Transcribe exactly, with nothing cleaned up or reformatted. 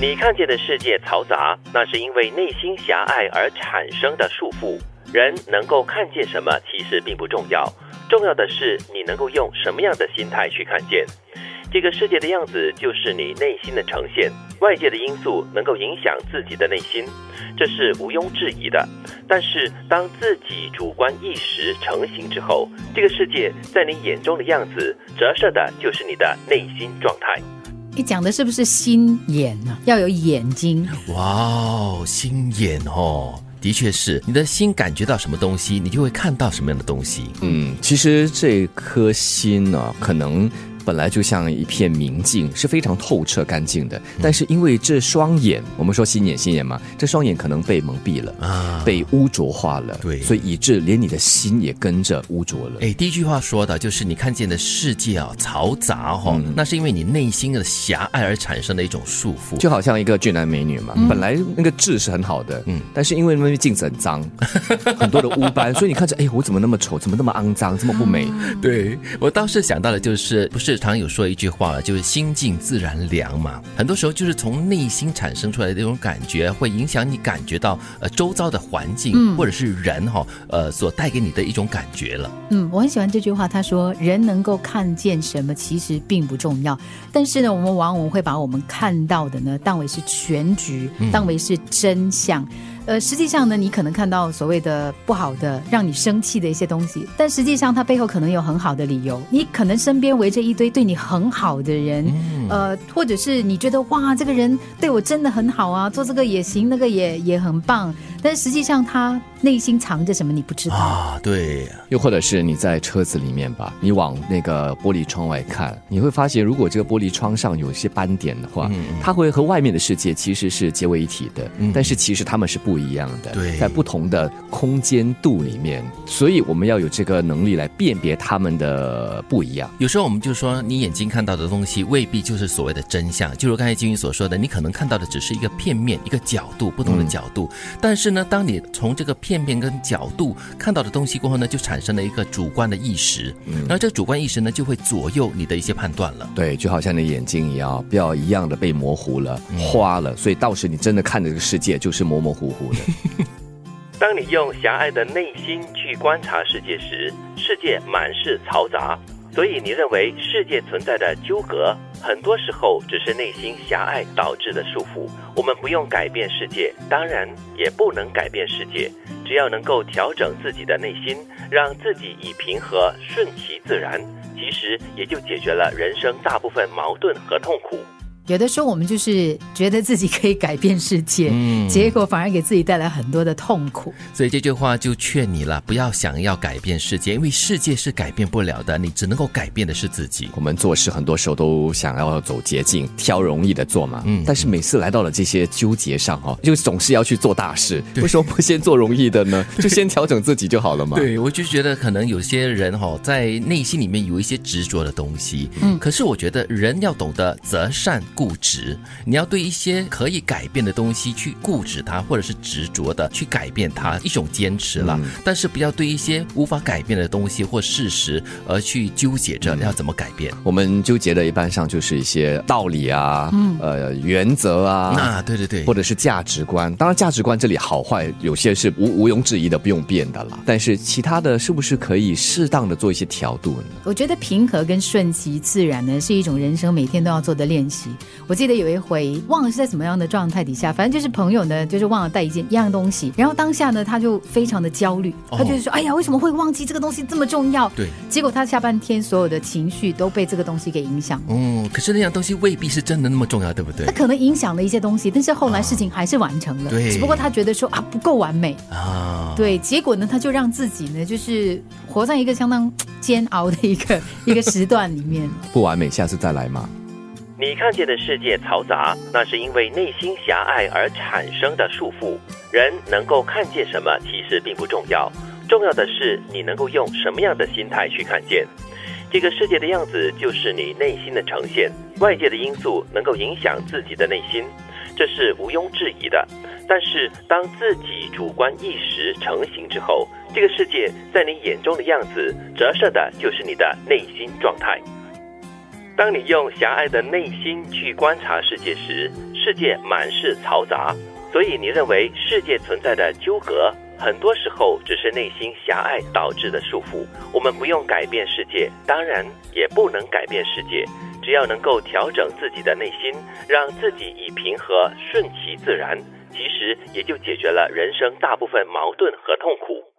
你看见的世界嘈杂，那是因为内心狭隘而产生的束缚。人能够看见什么其实并不重要，重要的是你能够用什么样的心态去看见。这个世界的样子就是你内心的呈现，外界的因素能够影响自己的内心，这是毋庸置疑的。但是当自己主观意识成型之后，这个世界在你眼中的样子折射的就是你的内心状态。 你讲的是不是心眼啊？要有眼睛。 哇哦，心眼哦，的确是，你的心感觉到什么东西，你就会看到什么样的东西。 嗯，其实这颗心呢，可能本来就像一片明镜，是非常透彻干净的，但是因为这双眼，我们说心眼心眼嘛，这双眼可能被蒙蔽了啊，被污浊化了， 对， 所以以致连你的心也跟着污浊了。 哎，第一句话说的就是你看见的世界啊嘈杂哈、哦嗯，那是因为你内心的狭隘而产生的一种束缚， 就好像一个俊男美女嘛，嗯、本来那个痣是很好的，嗯，但是因为那边镜子很脏，很多的污斑，所以你看着，哎，我怎么那么丑，怎么那么肮脏，这么不美？ 对，我倒是想到的就是，不是常有说一句话了，就是心静自然凉嘛。很多时候就是从内心产生出来的这种感觉，会影响你感觉到呃周遭的环境、嗯、或者是人哈、哦、呃所带给你的一种感觉了。 嗯，我很喜欢这句话，他说人能够看见什么其实并不重要，但是呢，我们往往会把我们看到的呢当为是全局，当为是真相。嗯呃，实际上呢，你可能看到所谓的不好的让你生气的一些东西，但实际上它背后可能有很好的理由。你可能身边围着一堆对你很好的人、嗯、呃，或者是你觉得哇这个人对我真的很好啊，做这个也行那个也也很棒，但实际上他内心藏着什么你不知道啊。对， 又或者是你在车子里面吧，你往那个玻璃窗外看，你会发现如果这个玻璃窗上有一些斑点的话、嗯、它会和外面的世界其实是结为一体的、嗯、但是其实它们是不一样的， 对， 在不同的空间度里面，所以我们要有这个能力来辨别它们的不一样。 有时候我们就说你眼睛看到的东西未必就是所谓的真相，就如刚才金云所说的，你可能看到的只是一个片面一个角度，不同的角度、嗯、但是呢当你从这个片面跟角度看到的东西过后呢，就产生了一个主观的意识、嗯、然后这个主观意识呢就会左右你的一些判断了。 对，就好像你眼睛一样，不要一样的被模糊了、嗯、花了，所以到时你真的看这个世界就是模模糊糊的。 当你用狭隘的内心去观察世界时，世界满是嘈杂，所以你认为世界存在的纠葛，很多时候只是内心狭隘导致的束缚。我们不用改变世界，当然也不能改变世界，只要能够调整自己的内心，让自己以平和顺其自然，其实也就解决了人生大部分矛盾和痛苦。 有的时候我们就是觉得自己可以改变世界、嗯、结果反而给自己带来很多的痛苦。 所以这句话就劝你了，不要想要改变世界，因为世界是改变不了的，你只能够改变的是自己。 我们做事很多时候都想要走捷径，挑容易的做嘛、嗯、但是每次来到了这些纠结上、哦、就总是要去做大事，为什么不先做容易的呢？就先调整自己就好了嘛。 对，我就觉得可能有些人、哦、在内心里面有一些执着的东西、嗯、可是我觉得人要懂得择善固执，你要对一些可以改变的东西去固执它，或者是执着的去改变它，一种坚持啦、嗯、但是不要对一些无法改变的东西或事实而去纠结着要怎么改变、嗯、 我们纠结的一般上就是一些道理啊、嗯、呃原则啊， 啊对对对， 或者是价值观。当然价值观这里好坏有些是无无庸置疑的，不用变的啦，但是其他的是不是可以适当的做一些调度呢？ 我觉得平和跟顺其自然呢是一种人生每天都要做的练习。我记得有一回忘了是在什么样的状态底下，反正就是朋友呢就是忘了带一件一样东西，然后当下呢他就非常的焦虑，他就是说、哦、哎呀为什么会忘记这个东西这么重要。 对， 结果他下半天所有的情绪都被这个东西给影响。 嗯，可是那样东西未必是真的那么重要，对不对？ 他可能影响了一些东西，但是后来事情还是完成了、哦、只不过他觉得说啊不够完美啊。对，结果呢他就让自己呢就是活在一个相当煎熬的一个一个时段里面。 不完美下次再来嘛。 你看见的世界嘈杂，那是因为内心狭隘而产生的束缚。人能够看见什么其实并不重要，重要的是你能够用什么样的心态去看见。这个世界的样子就是你内心的呈现，外界的因素能够影响自己的内心，这是毋庸置疑的。但是当自己主观意识成型之后，这个世界在你眼中的样子折射的就是你的内心状态。 当你用狭隘的内心去观察世界时，世界满是嘈杂，所以你认为世界存在的纠葛，很多时候只是内心狭隘导致的束缚。我们不用改变世界，当然也不能改变世界，只要能够调整自己的内心，让自己以平和顺其自然，其实也就解决了人生大部分矛盾和痛苦。